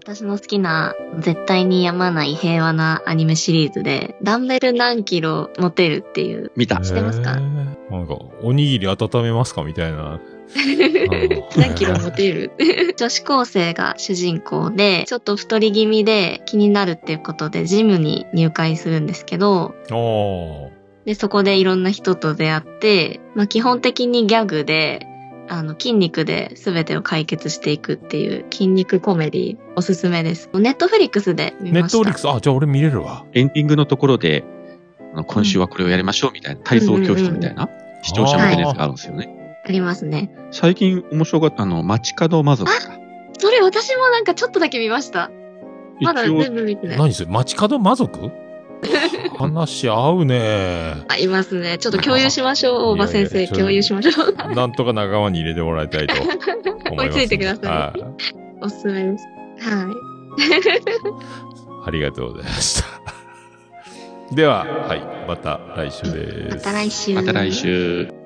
私の好きな絶対に病まない平和なアニメシリーズで、ダンベル何キロ持てるっていう。 見た。 知ってますか？ なんか、おにぎり温めますかみたいな。 何キロ持てる女子高生が主人公で、ちょっと太り気味で気になるっていうことでジムに入会するんですけど、で、そこでいろんな人と出会って、基本的にギャグで、筋肉で全てを解決していくっていう筋肉コメディおすすめです。ネットフリックスで見ました。 ネットフリックス、じゃあ俺見れるわ。 エンディングのところで、今週はこれをやりましょうみたいな、体操教室みたいな、視聴者向けのやつがあるんですよね。 ありますね。 最近面白かった街角魔族か。 それ私もなんかちょっとだけ見ました。まだ全部見てない。 何それ、街角魔族話合うね。 いますね。ちょっと共有しましょう。大場先生、共有しましょう。 なんとか仲間に入れてもらいたいと思います。 追いついてください。おすすめです。はい。 ありがとうございました。では、はい、また来週です。 また来週。 また来週。